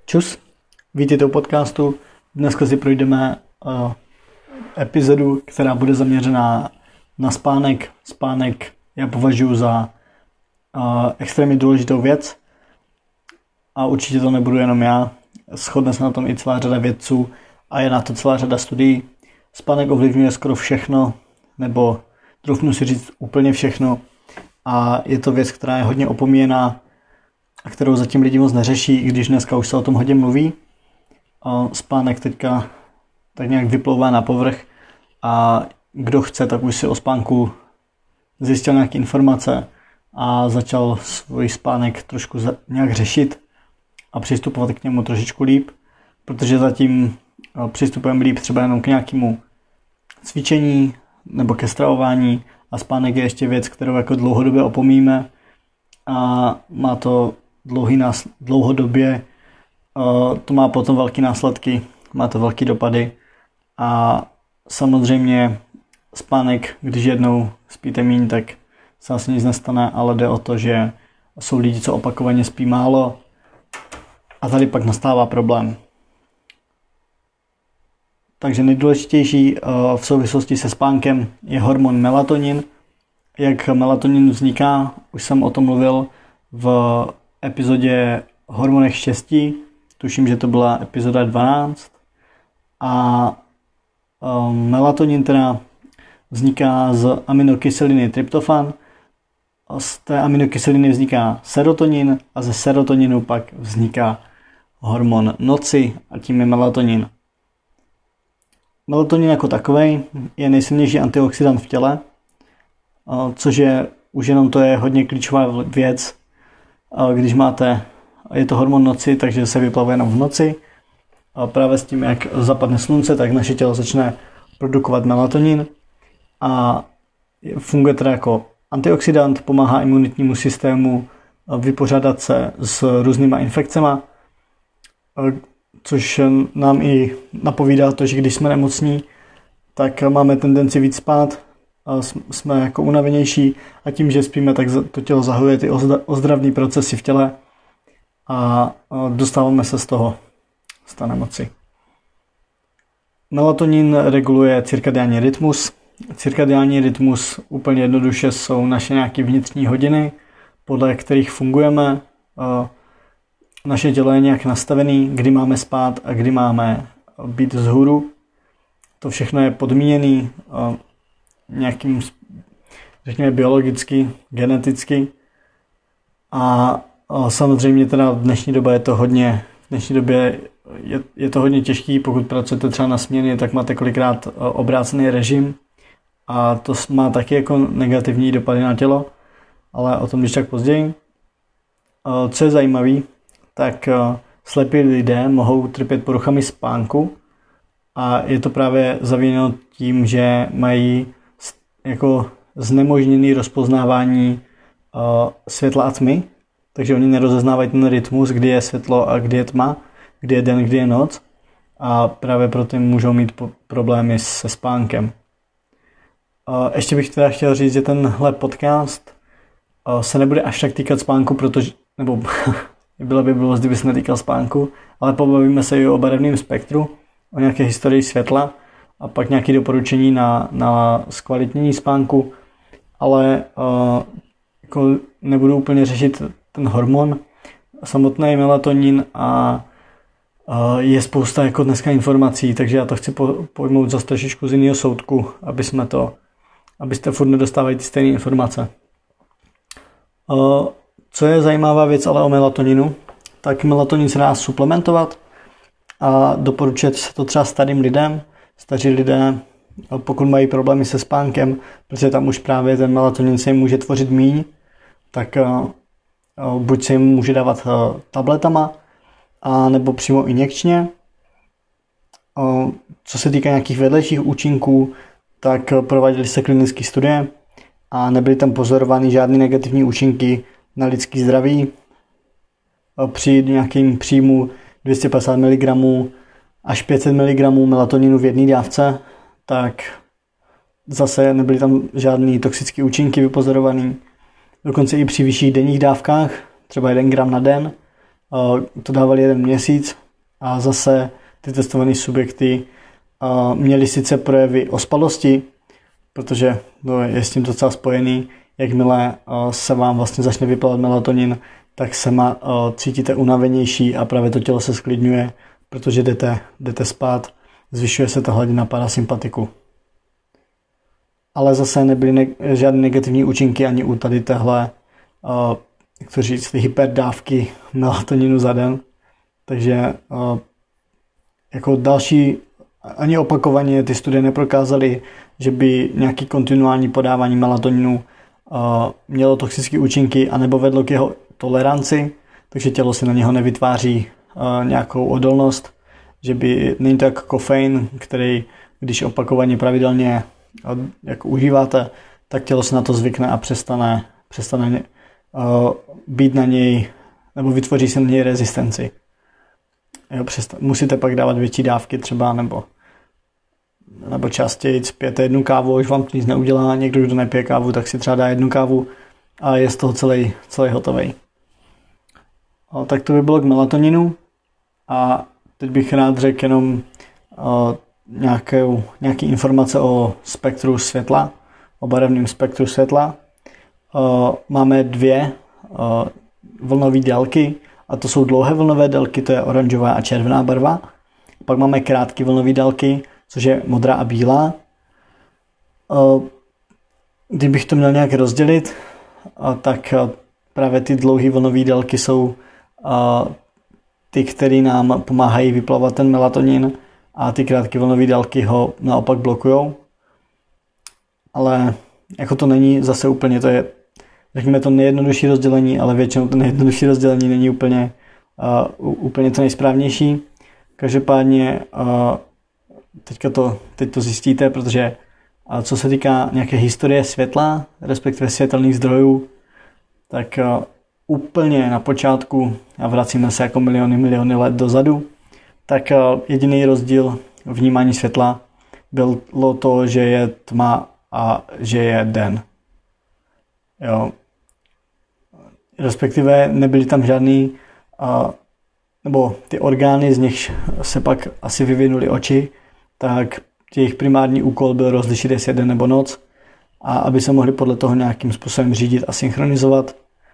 Čus, vítejte u podcastu. Dneska si projdeme epizodu, která bude zaměřená na spánek. Spánek já považuji za extrémně důležitou věc a určitě to nebudu jenom já. Shodne se na tom i celá řada vědců a je na to celá řada studií. Spánek ovlivňuje skoro všechno, nebo troufnu si říct úplně všechno, a je to věc, která je hodně opomíjená a kterou zatím lidi moc neřeší, i když dneska už se o tom hodně mluví. Spánek teďka tak nějak vyplouvá na povrch a kdo chce, tak už si o spánku zjistil nějaké informace a začal svůj spánek trošku nějak řešit a přistupovat k němu trošičku líp, protože zatím přistupujeme líp třeba jenom k nějakému cvičení nebo ke stravování a spánek je ještě věc, kterou jako dlouhodobě opomíme a má to dlouhodobě to má potom velké následky, má to velké dopady a samozřejmě spánek, když jednou spíte míň, tak se asi nic nestane, ale jde o to, že jsou lidi, co opakovaně spí málo a tady pak nastává problém. Takže nejdůležitější v souvislosti se spánkem je hormon melatonin. Jak melatonin vzniká, už jsem o tom mluvil v epizodě Hormonech štěstí, tuším, že to byla epizoda 12. A melatonin teda vzniká z aminokyseliny tryptofan. Z té aminokyseliny vzniká serotonin a ze serotoninu pak vzniká hormon noci a tím je melatonin. Melatonin jako takovej je nejsilnější antioxidant v těle, což je už jenom to je hodně klíčová věc, když je to hormon noci, takže se vyplavuje jenom v noci. A právě s tím, jak zapadne slunce, tak naše tělo začne produkovat melatonin a funguje teda jako antioxidant, pomáhá imunitnímu systému vypořádat se s různýma infekcemi, což nám i napovídá to, že když jsme nemocní, tak máme tendenci víc spát, jsme jako unavenější a tím, že spíme, tak to tělo zahajuje ty ozdravné procesy v těle a dostáváme se z té nemoci. Melatonin reguluje cirkadiální rytmus. Cirkadiální rytmus úplně jednoduše jsou naše nějaké vnitřní hodiny, podle kterých fungujeme. Naše tělo je nějak nastavený, kdy máme spát a kdy máme být vzhůru. To všechno je podmíněné nějakým, řekněme, biologicky, geneticky. A samozřejmě teda v dnešní době je to hodně těžký, pokud pracujete třeba na směně, tak máte kolikrát obrácený režim a to má taky jako negativní dopady na tělo, ale o tom když tak později. Co je zajímavé, tak slepí lidé mohou trpět poruchami spánku a je to právě zaviněno tím, že mají jako znemožněný rozpoznávání světla a tmy, takže oni nerozeznávají ten rytmus, kdy je světlo a kdy je tma, kdy je den, kdy je noc a právě proto můžou mít problémy se spánkem. Ještě bych teda chtěl říct, že tenhle podcast se nebude až tak týkat spánku, nebo byla by blbost, kdyby se netýkal spánku, ale pobavíme se i o barevném spektru, o nějaké historii světla a pak nějaké doporučení na zkvalitnění spánku, ale jako nebudu úplně řešit ten hormon, samotný melatonin a je spousta jako dneska informací, takže já to chci pojmout zase trošičku z jiného soudku, abyste furt nedostávali ty stejné informace. Co je zajímavá věc ale o melatoninu, tak melatonin se dá suplementovat a doporučuje se to třeba starým lidem. Staří lidé, pokud mají problémy se spánkem, protože tam už právě ten melatonin se jim může tvořit míň, tak buď se jim může dávat tabletama, a nebo přímo injekčně. Co se týká nějakých vedlejších účinků, tak prováděly se klinické studie a nebyly tam pozorovány žádné negativní účinky na lidský zdraví. Při nějakým příjmu 250 mg až 500 mg melatoninu v jedné dávce, tak zase nebyly tam žádné toxické účinky vypozorované. Dokonce i při vyšších denních dávkách, třeba 1 gram na den, to dávali 1 měsíc a zase ty testované subjekty měli sice projevy ospalosti, protože je s tím docela spojený, jakmile se vám vlastně začne vyplávat melatonin, tak se cítíte unavenější a právě to tělo se sklidňuje, protože jdete spát, zvyšuje se ta hladina parasympatiku. Ale zase nebyly žádné negativní účinky ani u tady téhle, jak to říct, hyperdávky melatoninu za den. Takže jako další, ani opakovaně ty studie neprokázaly, že by nějaký kontinuální podávání melatoninu mělo toxické účinky anebo vedlo k jeho toleranci, takže tělo si na něho nevytváří nějakou odolnost, že by, není to jako kofein, který když opakovaně pravidelně jako užíváte, tak tělo se na to zvykne a přestane být na něj, nebo vytvoří se na něj rezistenci. Musíte pak dávat větší dávky třeba, nebo častěji pijete 1 kávu, už vám to nic neudělá. Někdo, kdo nepije kávu, tak si třeba dá 1 kávu a je z toho celý hotovej. Tak to by bylo k melatoninu a teď bych rád řekl jenom nějaké informace o spektru světla, o barevném spektru světla. Máme 2 vlnové délky a to jsou dlouhé vlnové délky, to je oranžová a červená barva. Pak máme krátké vlnové délky, což je modrá a bílá. Kdybych to měl nějak rozdělit, tak právě ty dlouhé vlnové délky jsou ty, které nám pomáhají vyplavat ten melatonin a ty krátké vlnové délky ho naopak blokujou. Ale jako to není zase úplně, to je, řekněme, to nejjednodušší rozdělení, ale většinou to nejjednodušší rozdělení není úplně to nejsprávnější. Každopádně teď to zjistíte, protože co se týká nějaké historie světla, respektive světelných zdrojů, tak úplně na počátku, a vracíme se jako miliony let dozadu, tak jediný rozdíl vnímání světla bylo to, že je tma a že je den. Jo. Respektive nebyly tam žádný, nebo ty orgány, z nich se pak asi vyvinuly oči, tak jejich primární úkol byl rozlišit, jestli je den nebo noc, a aby se mohli podle toho nějakým způsobem řídit a synchronizovat.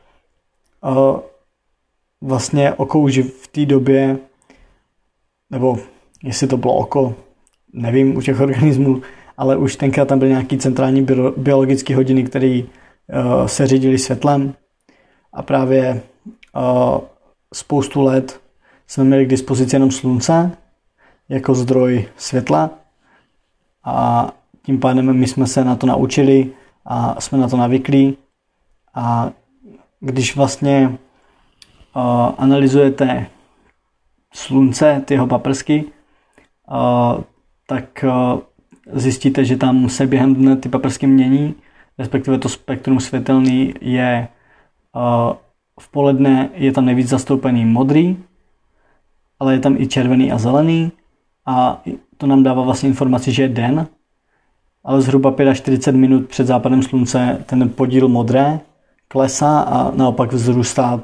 Vlastně oko už v té době, nebo jestli to bylo oko, nevím u těch organismů, ale už tenkrát tam byly nějaký centrální biologické hodiny, které se řídily světlem a právě spoustu let jsme měli k dispozici jenom slunce jako zdroj světla a tím pádem my jsme se na to naučili a jsme na to navyklí a když vlastně analyzujete slunce, ty jeho paprsky, tak zjistíte, že tam se během dne ty paprsky mění, respektive to spektrum světelný je v poledne je tam nejvíc zastoupený modrý, ale je tam i červený a zelený a to nám dává vlastně informaci, že je den, ale zhruba 45 minut před západem slunce ten podíl modré klesá a naopak vzrůstá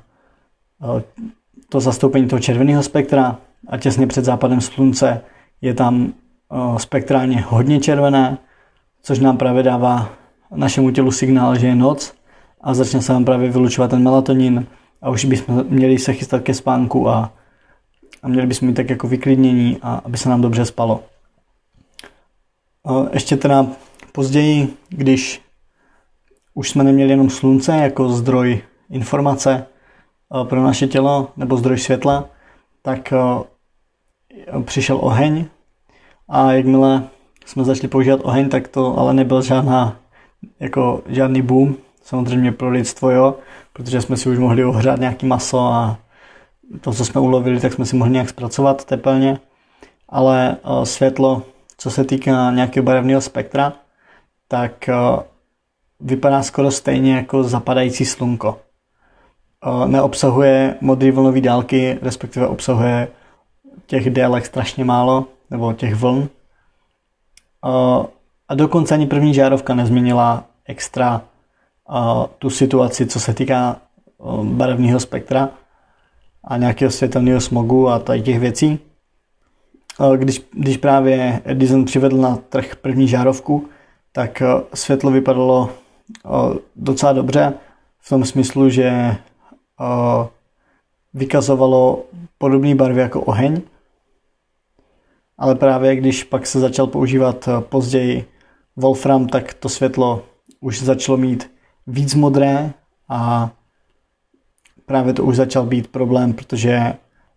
to zastoupení toho červeného spektra a těsně před západem slunce je tam spektrálně hodně červené, což nám právě dává našemu tělu signál, že je noc a začne se nám právě vylučovat ten melatonin a už bychom měli se chystat ke spánku a měli bychom mít tak jako vyklidnění a aby se nám dobře spalo. Ještě teda později, když už jsme neměli jenom slunce jako zdroj informace pro naše tělo nebo zdroj světla, tak přišel oheň a jakmile jsme začali používat oheň, tak to ale nebyl žádný boom, samozřejmě pro lidstvo, jo, protože jsme si už mohli ohřát nějaký maso a to, co jsme ulovili, tak jsme si mohli nějak zpracovat tepelně, ale světlo, co se týká nějakého barevného spektra, tak vypadá skoro stejně jako zapadající slunko. Neobsahuje modré vlnové dálky, respektive obsahuje těch délek strašně málo, nebo těch vln. A dokonce ani první žárovka nezměnila extra tu situaci, co se týká barevného spektra. a nějakého světelného smogu a tady těch věcí. Když právě Edison přivedl na trh první žárovku, tak světlo vypadalo docela dobře v tom smyslu, že vykazovalo podobné barvy jako oheň, ale právě když pak se začal používat později wolfram, tak to světlo už začalo mít víc modré a právě to už začal být problém, protože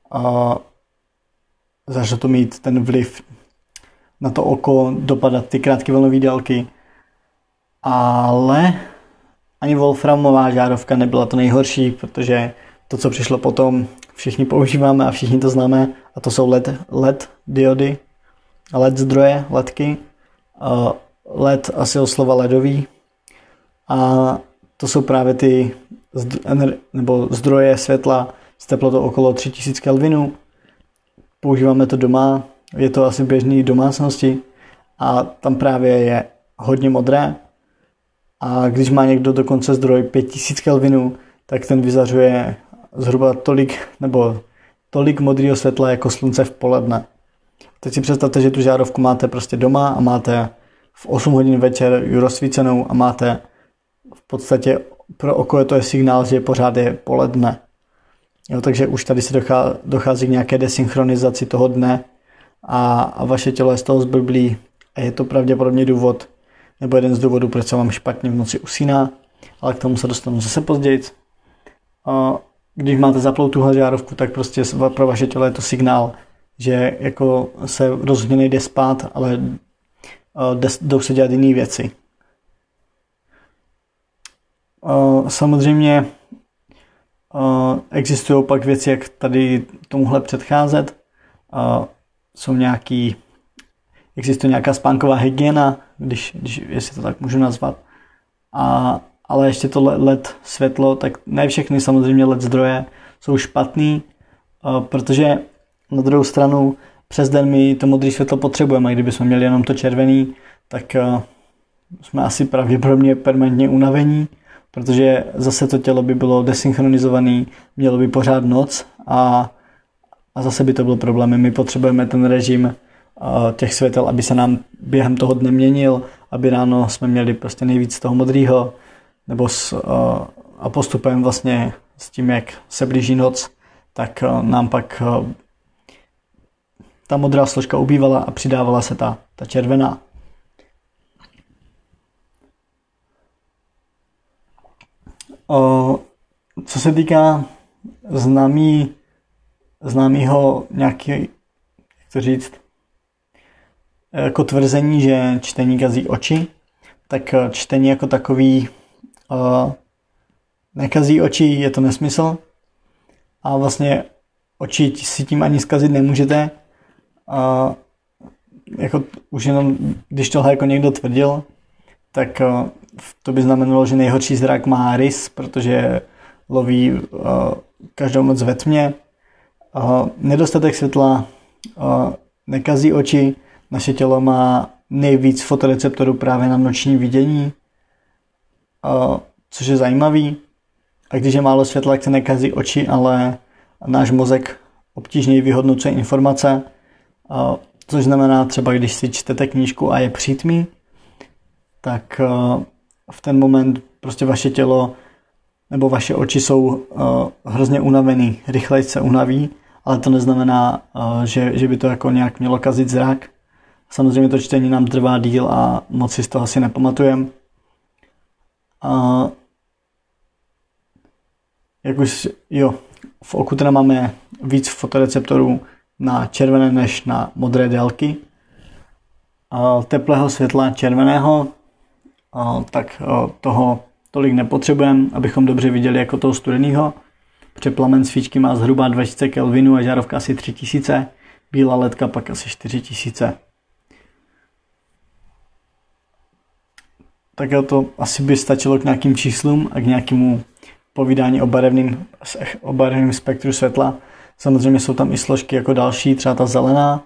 začalo to mít ten vliv na to oko, dopadat ty krátké vlnové délky, ale ani wolframová žárovka nebyla to nejhorší, protože to, co přišlo potom, všichni používáme a všichni to známe, a to jsou LED diody, LED zdroje, LEDky, LED asi od slova ledový, a to jsou právě ty zdroje světla s teplotou okolo 3000 Kelvinů. Používáme to doma, je to asi běžný domácnosti a tam právě je hodně modré. A když má někdo dokonce zdroj 5000 Kelvinů, tak ten vyzařuje zhruba tolik modrého světla jako slunce v poledne. Teď si představte, že tu žárovku máte prostě doma a máte v 8 hodin večer ji rozsvícenou a máte v podstatě pro oko to je signál, že pořád je poledne. Jo, takže už tady se dochází k nějaké desynchronizaci toho dne a vaše tělo je z toho zblblý a je to pravděpodobně důvod, nebo jeden z důvodů, proč se vám špatně v noci usíná, ale k tomu se dostanu zase později. Když máte zaplou tuhle žárovku, tak prostě pro vaše tělo je to signál, že jako se rozhodně nejde spát, ale jdou se dělat jiné věci. Samozřejmě existují pak věci, jak tady tomuhle předcházet. Existuje nějaká spánková hygiena, jestli to tak můžu nazvat. Ale ještě to LED světlo, tak ne všechny samozřejmě LED zdroje jsou špatný, protože na druhou stranu přes den my to modré světlo potřebujeme. Kdybychom měli jenom to červený, tak jsme asi pravděpodobně permanentně unavení, protože zase to tělo by bylo desynchronizované, mělo by pořád noc a zase by to byl problém. My potřebujeme ten režim těch světel, aby se nám během toho dne měnil, aby ráno jsme měli prostě nejvíc toho modrého, nebo a postupem vlastně s tím, jak se blíží noc, tak nám pak ta modrá složka ubývala a přidávala se ta červená. Co se týká známého nějaký, jak to říct, jako tvrzení, že čtení kazí oči, tak čtení jako takový nekazí oči, je to nesmysl a vlastně oči si tím ani zkazit nemůžete. Jako už jenom, když tohle jako někdo tvrdil, tak to by znamenalo, že nejhorší zrak má rys, protože loví každou noc ve tmě. Nedostatek světla nekazí oči, naše tělo má nejvíc fotoreceptorů právě na noční vidění, což je zajímavý. A když je málo světla, tak se nekazí oči, ale náš mozek obtížněji vyhodnocuje informace, což znamená třeba, když si čtete knížku a je přítmí, tak v ten moment prostě vaše tělo nebo vaše oči jsou hrozně unavený, rychleji se unaví, ale to neznamená, že by to jako nějak mělo kazit zrak. Samozřejmě to čtení nám trvá díl a moc si z toho asi nepamatujeme. V oku teda máme víc fotoreceptorů na červené než na modré délky. Teplého světla červeného, tak toho tolik nepotřebujeme, abychom dobře viděli jako toho studeného. Protože plamen svíčky má zhruba 2000 Kelvinů a žárovka asi 3000, bílá ledka pak asi 4000. Tak to asi by stačilo k nějakým číslům a k nějakému povídání o barevném spektru světla. Samozřejmě jsou tam i složky jako další, třeba ta zelená.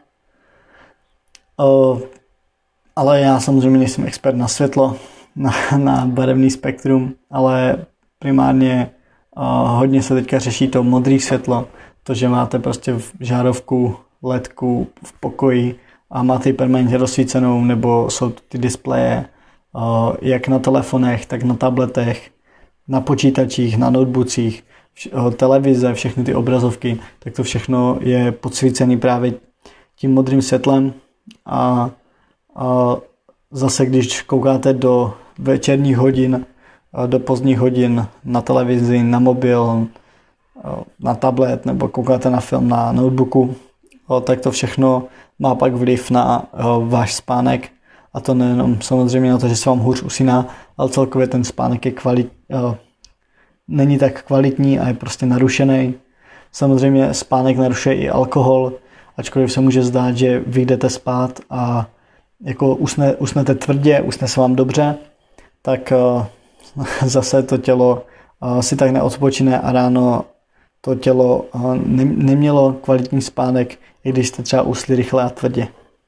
Ale já samozřejmě nejsem expert na světlo, na barevný spektrum, ale primárně hodně se teďka řeší to modré světlo, to, že máte prostě žárovku, ledku v pokoji a máte ji permanentně rozsvícenou, nebo jsou ty displeje jak na telefonech, tak na tabletech, na počítačích, na notebookích, televize, všechny ty obrazovky, tak to všechno je podsvícený právě tím modrým světlem a zase když koukáte do večerních hodin, do pozdních hodin na televizi, na mobil, na tablet nebo koukáte na film na notebooku, tak to všechno má pak vliv na váš spánek a to nejenom samozřejmě na to, že se vám hůř usíná, ale celkově ten spánek je není tak kvalitní a je prostě narušený. Samozřejmě spánek narušuje i alkohol, ačkoliv se může zdát, že vy jdete spát a jako usnete tvrdě, usne se vám dobře, tak zase to tělo si tak neodpočine a ráno to tělo nemělo kvalitní spánek, i když jste třeba usli rychle a tvrdě.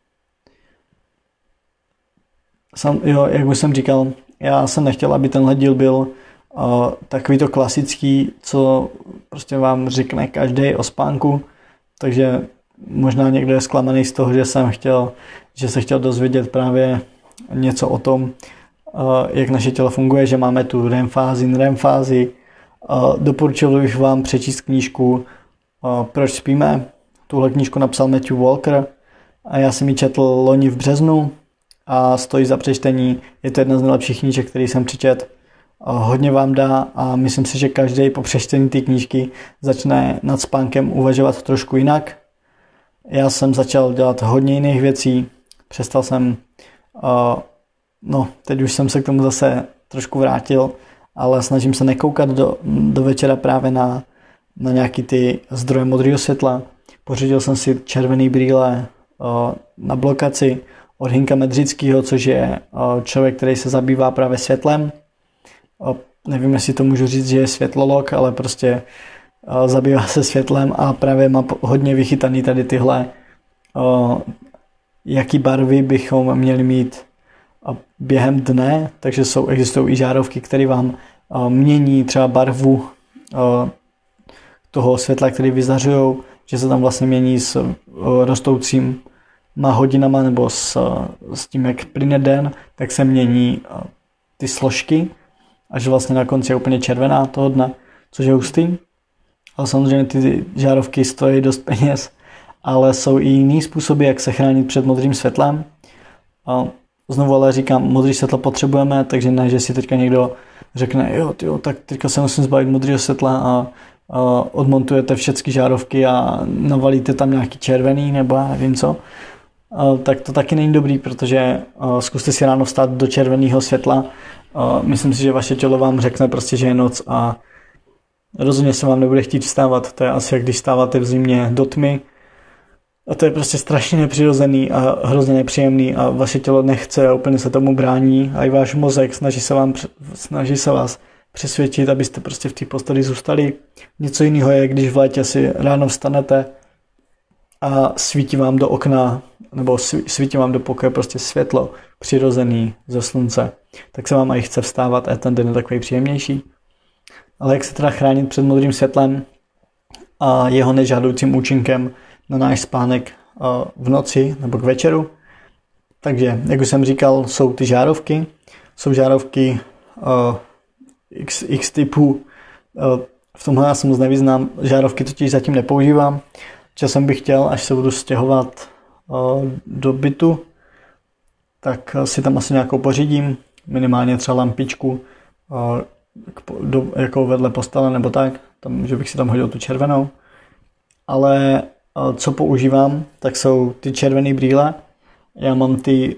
Jak už jsem říkal, já jsem nechtěl, aby tenhle díl byl takový to klasický, co prostě vám řekne každý o spánku, takže možná někdo je zklamaný z toho, že se chtěl dozvědět právě něco o tom, jak naše tělo funguje, že máme tu REM fázi, NREM fázi. Doporučil bych vám přečíst knížku Proč spíme. Tuhle knížku napsal Matthew Walker a já jsem ji četl loni v březnu a stojí za přečtení. Je to jedna z nejlepších knížek, který jsem přečet. Hodně vám dá a myslím si, že každý po přečtení té knížky začne nad spánkem uvažovat trošku jinak. Já jsem začal dělat hodně jiných věcí, přestal jsem, teď už jsem se k tomu zase trošku vrátil, ale snažím se nekoukat do večera právě na nějaký ty zdroje modrého světla. Pořídil jsem si červený brýle na blokaci od Hinka Medřického, což je člověk, který se zabývá právě světlem. Nevím, jestli to můžu říct, že je světlolog, ale prostě zabývá se světlem a právě má hodně vychytaný tady tyhle, jaký barvy bychom měli mít během dne, takže existují i žárovky, které vám mění třeba barvu toho světla, který vyzařují, že se tam vlastně mění s rostoucíma hodinama nebo s tím, jak plyne den, tak se mění ty složky, až vlastně na konci je úplně červená toho dne, což je hustý. Ale samozřejmě ty žárovky stojí dost peněz, ale jsou i jiný způsoby, jak se chránit před modrým světlem. Znovu ale říkám, modré světlo potřebujeme, takže ne, že si teďka někdo řekne, tak teďka se musím zbavit modrého světla a odmontujete všechny žárovky a navalíte tam nějaký červený nebo já nevím co. Tak to taky není dobrý, protože zkuste si ráno vstát do červeného světla. Myslím si, že vaše tělo vám řekne prostě, že je noc a rozhodně se vám nebude chtít vstávat. To je asi jak když vstáváte v zimě do tmy. A to je prostě strašně nepřirozený a hrozně nepříjemný a vaše tělo nechce a úplně se tomu brání. A i váš mozek snaží se vás přesvědčit, abyste prostě v té posteli zůstali. Něco jiného je, když v létě si ráno vstanete a svítí vám do okna nebo svítí vám do pokoje prostě světlo přirozený ze slunce. Tak se vám i chce vstávat a ten den je takový příjemnější. Ale jak se teda chránit před modrým světlem a jeho nežádoucím účinkem na náš spánek v noci nebo k večeru? Takže, jak už jsem říkal, jsou ty žárovky. Jsou žárovky x typů. V tomhle já se moc nevyznám. Žárovky totiž zatím nepoužívám. Časem bych chtěl, až se budu stěhovat do bytu, tak si tam asi nějakou pořídím. Minimálně třeba lampičku jako vedle postele nebo tak, že bych si tam hodil tu červenou. Ale co používám, tak jsou ty červený brýle. Já mám ty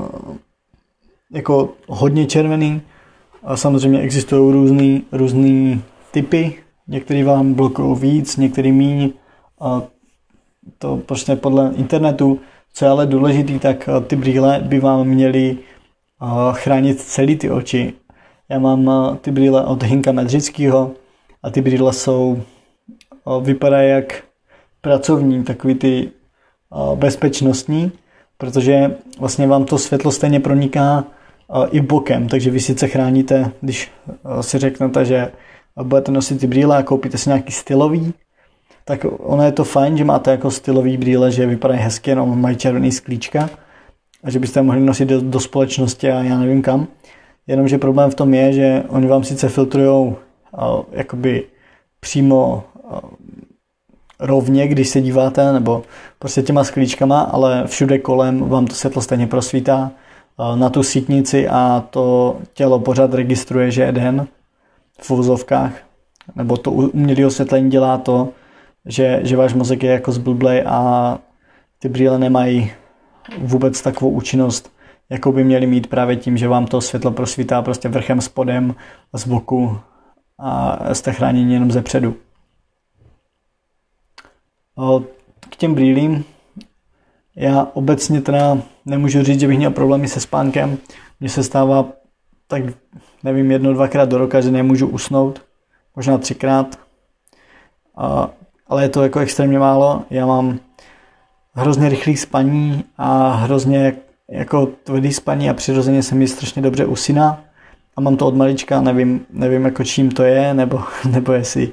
jako hodně červený. A samozřejmě existují různý typy. Některý vám blokují víc, některý míň. To prostě podle internetu. Co je ale důležitý, tak ty brýle by vám měly chránit celý ty oči. Já mám ty brýle od Hinka Medřického a ty brýle vypadají jak pracovní, takový ty bezpečnostní, protože vlastně vám to světlo stejně proniká i bokem, takže vy sice chráníte, když si řeknete, že budete nosit ty brýle a koupíte si nějaký stylový, tak ono je to fajn, že máte jako stylový brýle, že vypadají hezky, jenom mají červený sklíčka a že byste je mohli nosit do společnosti a já nevím kam. Jenomže problém v tom je, že oni vám sice filtrujou jakoby přímo rovně, když se díváte, nebo prostě těma sklíčkama, ale všude kolem vám to světlo stejně prosvítá na tu sítnici a to tělo pořád registruje, že je den v uvozovkách, nebo to umělé osvětlení dělá to, že váš mozek je jako zblblej a ty brýle nemají vůbec takovou účinnost, jakou by měli mít právě tím, že vám to světlo prosvítá prostě vrchem, spodem, z boku a jste chráněni jenom ze předu. K těm brýlím já obecně teda nemůžu říct, že bych měl problémy se spánkem. Mně se stává tak, nevím, 1-2krát do roka, že nemůžu usnout, možná 3krát, ale je to jako extrémně málo. Já mám hrozně rychlý spaní a hrozně jako tvrdý spaní a přirozeně se mi strašně dobře usíná a mám to od malička, nevím jako čím to je, nebo jestli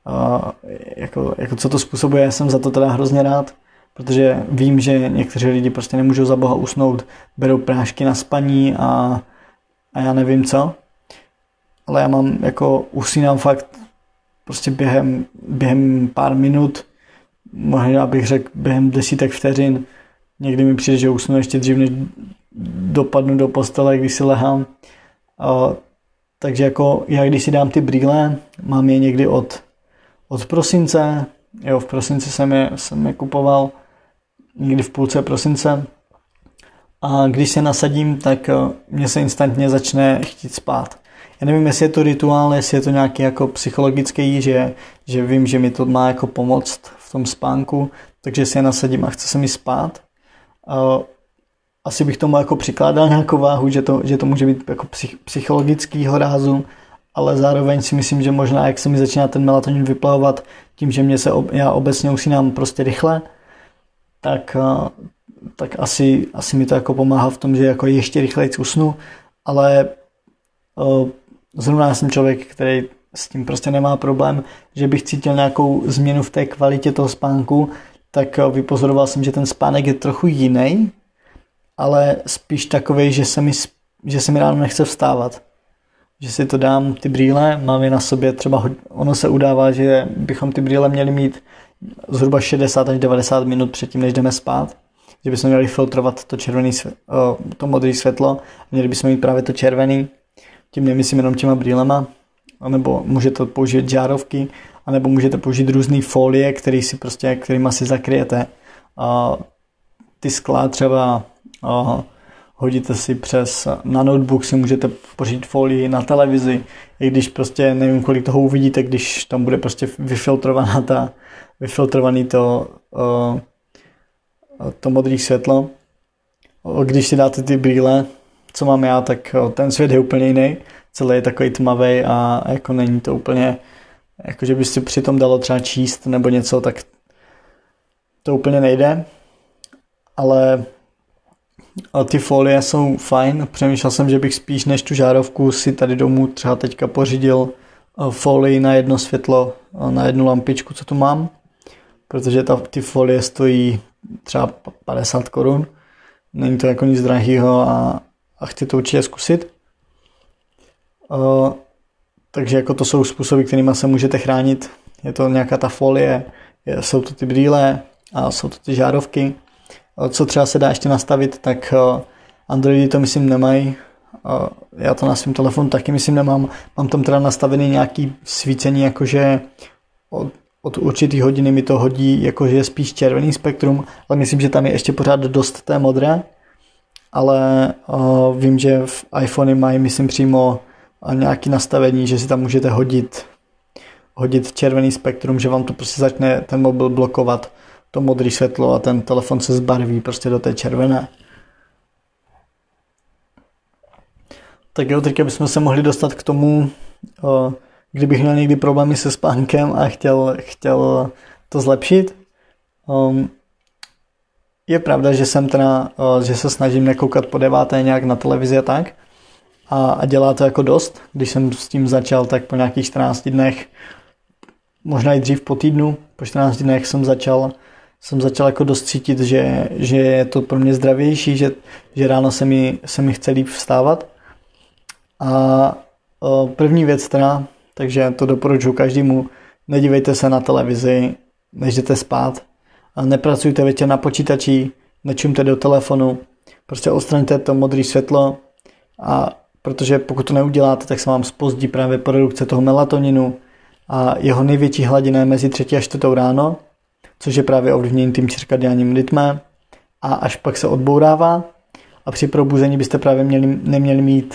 jako co to způsobuje, já jsem za to teda hrozně rád, protože vím, že někteří lidi prostě nemůžou za boha usnout, berou prášky na spaní a já nevím co, ale já mám jako usínám fakt prostě během pár minut, možná bych řekl během 10 vteřin, někdy mi přijde, že usnu ještě dřív, než dopadnu do postele, když si lehám. Takže jako já když si dám ty brýle, mám je někdy od prosince, v prosinci jsem je kupoval, někdy v půlce prosince a když se nasadím, tak mě se instantně začne chtít spát. Já nevím, jestli je to rituál, jestli je to nějaký jako psychologický, že vím, že mi to má jako pomoct v tom spánku, takže si je nasadím a chce se mi spát. Asi bych tomu jako přikládal nějakou váhu, že to může být jako psychologickýho rázu, ale zároveň si myslím, že možná jak se mi začíná ten melatonin vyplavovat tím, že já obecně usínám prostě rychle, tak asi mi to jako pomáhá v tom, že jako ještě rychleji usnu, ale zrovna já jsem člověk, který s tím prostě nemá problém, že bych cítil nějakou změnu v té kvalitě toho spánku, tak vypozoroval jsem, že ten spánek je trochu jiný, ale spíš takovej, že se mi ráno nechce vstávat. Že si to dám, ty brýle, mám je na sobě, třeba ono se udává, že bychom ty brýle měli mít zhruba 60 až 90 minut předtím, než jdeme spát. Že bychom měli filtrovat to modré světlo, měli bychom mít právě to červený. Tím nemyslím jenom těma brýlema, anebo můžete použít žárovky, anebo můžete použít různé folie, kterýma si zakryjete. Ty skla třeba hodíte si na notebook si můžete pořídit folii na televizi, i když prostě nevím, kolik toho uvidíte, když tam bude prostě vyfiltrovaný to modré světlo. Když si dáte ty brýle, co mám já, tak ten svět je úplně jiný. Celý je takový tmavý a jako není to úplně, jako že by si přitom dalo třeba číst nebo něco, tak to úplně nejde. Ale ty folie jsou fajn. Přemýšlel jsem, že bych spíš než tu žárovku si tady domů třeba teďka pořídil folii na jedno světlo, na jednu lampičku, co tu mám. Protože ty folie stojí třeba 50 korun. Není to jako nic drahýho a chci to určitě zkusit. Takže jako to jsou způsoby, kterými se můžete chránit. Je to nějaká ta folie, jsou to ty brýle a jsou to ty žárovky. Co třeba se dá ještě nastavit, tak Androidy to myslím nemají. Já to na svém telefonu taky myslím nemám. Mám tam teda nastavený nějaký svícení, jakože od určitý hodiny mi to hodí, jakože je spíš červený spektrum, ale myslím, že tam je ještě pořád dost té modré. Ale vím, že v iPhony mají, myslím, přímo nějaké nastavení, že si tam můžete hodit červený spektrum, že vám to prostě začne ten mobil blokovat to modré světlo a ten telefon se zbarví prostě do té červené. Tak jo, teďka bychom se mohli dostat k tomu, kdybych měl někdy problémy se spánkem a chtěl to zlepšit. Je pravda, že že se snažím nekoukat po 9. nějak na televizi a tak. A dělá to jako dost. Když jsem s tím začal, tak po nějakých 14 dnech možná i dřív po týdnu, po 14 dnech jsem začal jako dost cítit, že je to pro mě zdravější, že ráno se mi chce líp vstávat. A první věc teda, takže to doporučuji každému, nedívejte se na televizi, než jdete spát, a nepracujte večer na počítači, nečumte do telefonu, prostě odstraňte to modré světlo, a protože pokud to neuděláte, tak se vám zpozdí právě produkce toho melatoninu a jeho největší hladina je mezi 3. a 4. ráno, což je právě ovlivněný tím cirkadiánním rytmem, a až pak se odbourává a při probuzení byste právě neměli mít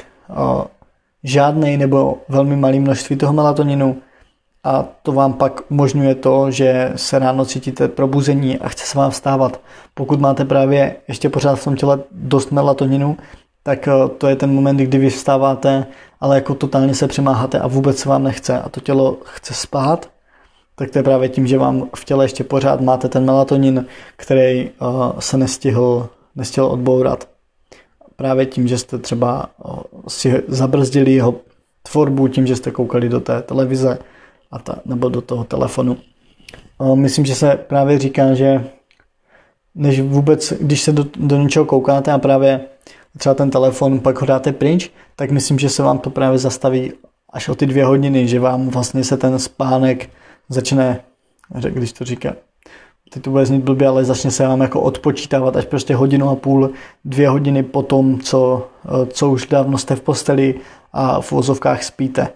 žádnej nebo velmi malý množství toho melatoninu, a to vám pak umožňuje to, že se ráno cítíte probuzení a chce se vám vstávat. Pokud máte právě ještě pořád v tom těle dost melatoninu, tak to je ten moment, kdy vy vstáváte, ale jako totálně se přemáháte a vůbec se vám nechce a to tělo chce spát, tak to je právě tím, že vám v těle ještě pořád máte ten melatonin, který se nestihl odbourat. Právě tím, že jste třeba si zabrzdili jeho tvorbu, tím, že jste koukali do té televize nebo do toho telefonu. Myslím, že se právě říká, že než vůbec, když se do něčeho koukáte a právě třeba ten telefon pak ho dáte pryč, tak myslím, že se vám to právě zastaví až o ty 2 hodiny, že vám vlastně se ten spánek začne, když to říká, teď to bude znít blbě, ale začne se vám jako odpočítávat až prostě 1,5 hodiny, 2 hodiny po tom, co už dávno jste v posteli a v uvozovkách spíte.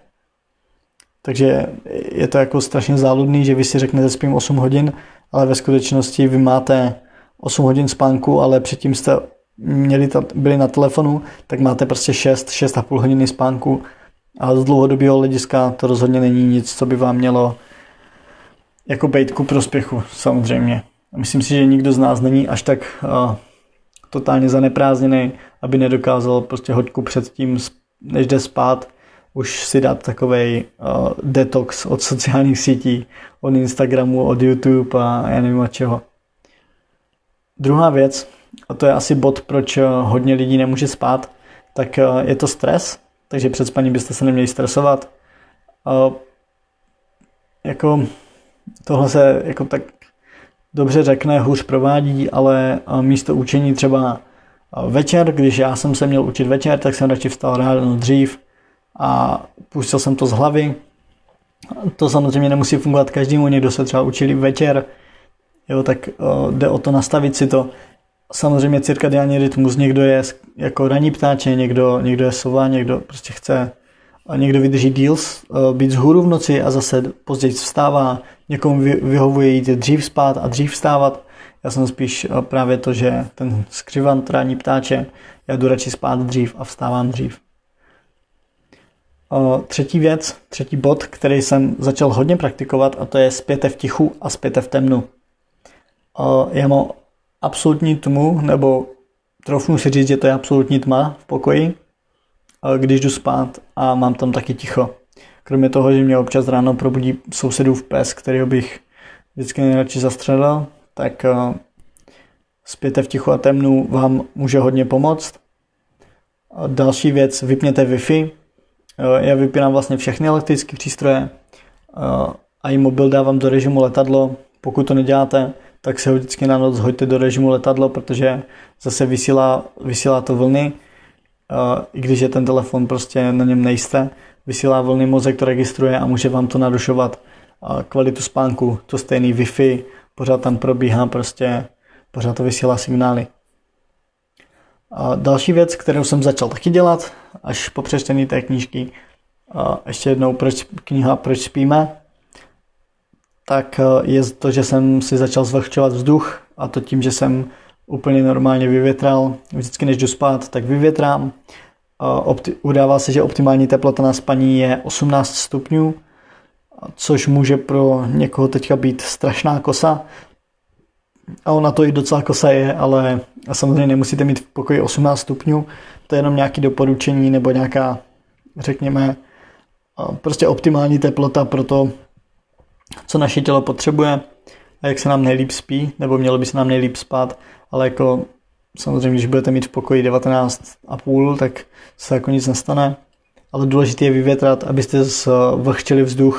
Takže je to jako strašně záludný, že vy si řeknete spím 8 hodin, ale ve skutečnosti vy máte 8 hodin spánku, ale předtím jste byli na telefonu, tak máte prostě 6,5 hodiny spánku a z dlouhodobého hlediska to rozhodně není nic, co by vám mělo jako být ku prospěchu, samozřejmě. Myslím si, že nikdo z nás není až tak totálně zaneprázdněný, aby nedokázal prostě hoďku před tím, než jde spát, už si dát takovej detox od sociálních sítí, od Instagramu, od YouTube a já nevím od čeho. Druhá věc, a to je asi bod, proč hodně lidí nemůže spát, tak je to stres, takže před spaním byste se neměli stresovat. Jako tohle se jako tak dobře řekne, hůř provádí, ale místo učení třeba večer, když já jsem se měl učit večer, tak jsem radši vstal ráno dřív a pustil jsem to z hlavy. To samozřejmě nemusí fungovat každému, někdo se třeba učili večer, jo, tak jde o to nastavit si to. Samozřejmě cirkadiální rytmus, někdo je jako ranní ptáče, někdo je sova, někdo prostě chce, někdo vydrží díl být vzhůru v noci a zase později vstává, někomu vyhovuje jít dřív spát a dřív vstávat. Já jsem spíš právě to, že ten skřivant ranní ptáče, já jdu radši spát dřív a vstávám dřív. Třetí bod, který jsem začal hodně praktikovat, a to je spěte v tichu a spěte v temnu. Já mám absolutní tmu, nebo troufnu si říct, že to je absolutní tma v pokoji, když jdu spát a mám tam taky ticho. Kromě toho, že mě občas ráno probudí sousedův pes, kterýho bych vždycky nejradši zastřelil, tak spěte v tichu a temnu vám může hodně pomoct. Další věc, vypněte Wi-Fi. Já vypínám vlastně všechny elektrické přístroje a i mobil dávám do režimu letadlo. Pokud to neděláte, tak se ho vždycky na noc hoďte do režimu letadlo, protože zase vysílá to vlny, i když je ten telefon prostě na něm nejste, vysílá vlny, mozek to registruje a může vám to narušovat kvalitu spánku. To stejný Wi-Fi, pořád tam probíhá, prostě pořád to vysílá signály. Další věc, kterou jsem začal taky dělat, až po přečtení té knížky, ještě jednou kniha Proč spíme, tak je to, že jsem si začal zvlhčovat vzduch, a to tím, že jsem úplně normálně vyvětral. Vždycky než jdu spát, tak vyvětrám. Udává se, že optimální teplota na spaní je 18 stupňů, což může pro někoho teďka být strašná kosa. A ona to i docela kosa je, ale samozřejmě nemusíte mít v pokoji 18 stupňů. To je jenom nějaké doporučení nebo nějaká, řekněme, prostě optimální teplota pro to, co naše tělo potřebuje a jak se nám nejlíp spí, nebo mělo by se nám nejlíp spát, ale jako samozřejmě, když budete mít v pokoji 19,5, tak se jako nic nestane, ale důležité je vyvětrat, abyste zvlhčili vzduch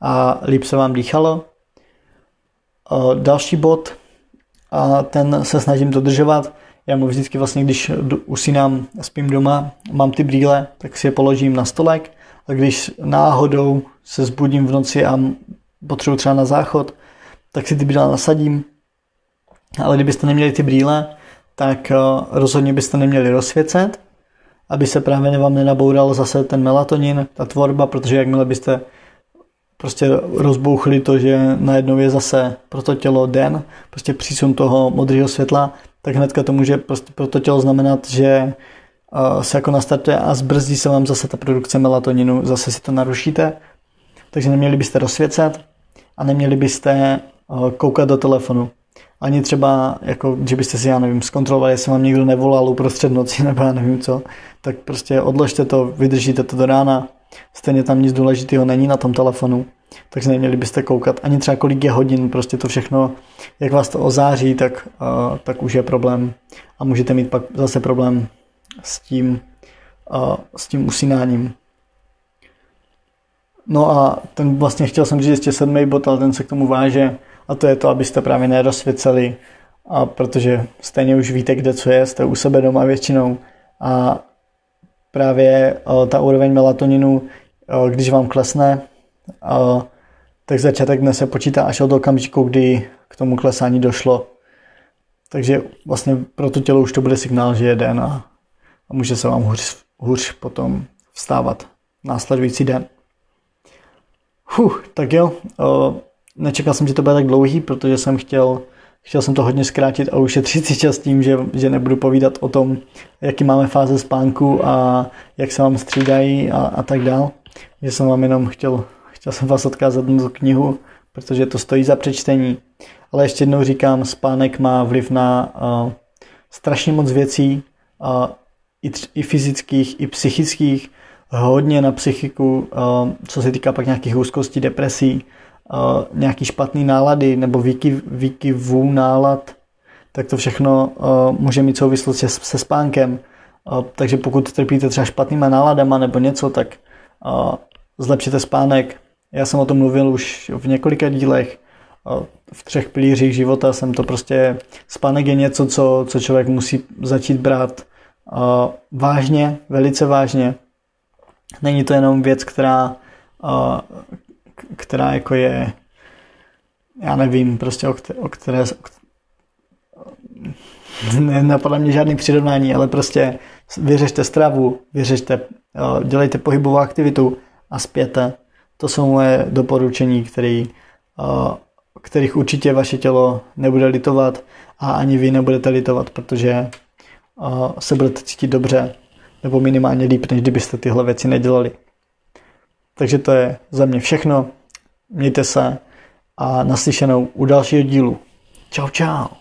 a líp se vám dýchalo. Další bod, a ten se snažím dodržovat. Já mu vždycky vlastně, když usínám, spím doma, mám ty brýle, tak si je položím na stolek a když náhodou se zbudím v noci a potřebuji třeba na záchod, tak si ty brýle nasadím. Ale kdybyste neměli ty brýle, tak rozhodně byste neměli rozsvěcet, aby se právě vám nenaboural zase ten melatonin, ta tvorba, protože jakmile byste prostě rozbouchli to, že najednou je zase pro to tělo den, prostě přísun toho modrého světla, tak hnedka to může prostě pro to tělo znamenat, že se jako nastartuje a zbrzdí se vám zase ta produkce melatoninu, zase si to narušíte. Takže neměli byste rozsvěcet a neměli byste koukat do telefonu. Ani třeba, jako, že byste si, já nevím, zkontrolovali, jestli vám někdo nevolal uprostřed noci, nebo já nevím co, tak prostě odložte to, vydržíte to do rána. Stejně tam nic důležitého není na tom telefonu, takže neměli byste koukat. Ani třeba kolik je hodin, prostě to všechno, jak vás to ozáří, tak už je problém. A můžete mít pak zase problém s tím usínáním. No a ten vlastně chtěl jsem říct ještě 7. bod, ale ten se k tomu váže. A to je to, abyste právě nerozsvěceli, protože stejně už víte, kde co je, jste u sebe doma většinou. A právě ta úroveň melatoninu, když vám klesne, tak začátek dne se počítá až od okamžiku, kdy k tomu klesání došlo. Takže vlastně pro to tělo už to bude signál, že je den a může se vám hůř potom vstávat následující den. Tak jo, nečekal jsem, že to bude tak dlouhý, protože jsem chtěl jsem to hodně zkrátit a ušetřit si čas tím, že nebudu povídat o tom, jaký máme fáze spánku a jak se vám střídají a tak dál. Že jsem vám jenom chtěl jsem vás odkázat na tu knihu, protože to stojí za přečtení. Ale ještě jednou říkám, spánek má vliv na strašně moc věcí, i fyzických, i psychických, hodně na psychiku, co se týká pak nějakých úzkostí, depresí, nějaký špatný nálady nebo výkyvů nálad, tak to všechno může mít souvislost se spánkem. Takže pokud trpíte třeba špatnýma náladama nebo něco, tak zlepšite spánek. Já jsem o tom mluvil už v několika dílech. V 3 pilířích života jsem to prostě... Spánek je něco, co člověk musí začít brát vážně, velice vážně. Není to jenom věc, která jako je, já nevím, prostě o které nenapadá mě žádný přirovnání, ale prostě vyřešte stravu, dělejte pohybovou aktivitu a spěte. To jsou moje doporučení, kterých určitě vaše tělo nebude litovat a ani vy nebudete litovat, protože se budete cítit dobře nebo minimálně líp, než kdybyste tyhle věci nedělali. Takže to je za mě všechno. Mějte se a naslyšenou u dalšího dílu. Čau, čau.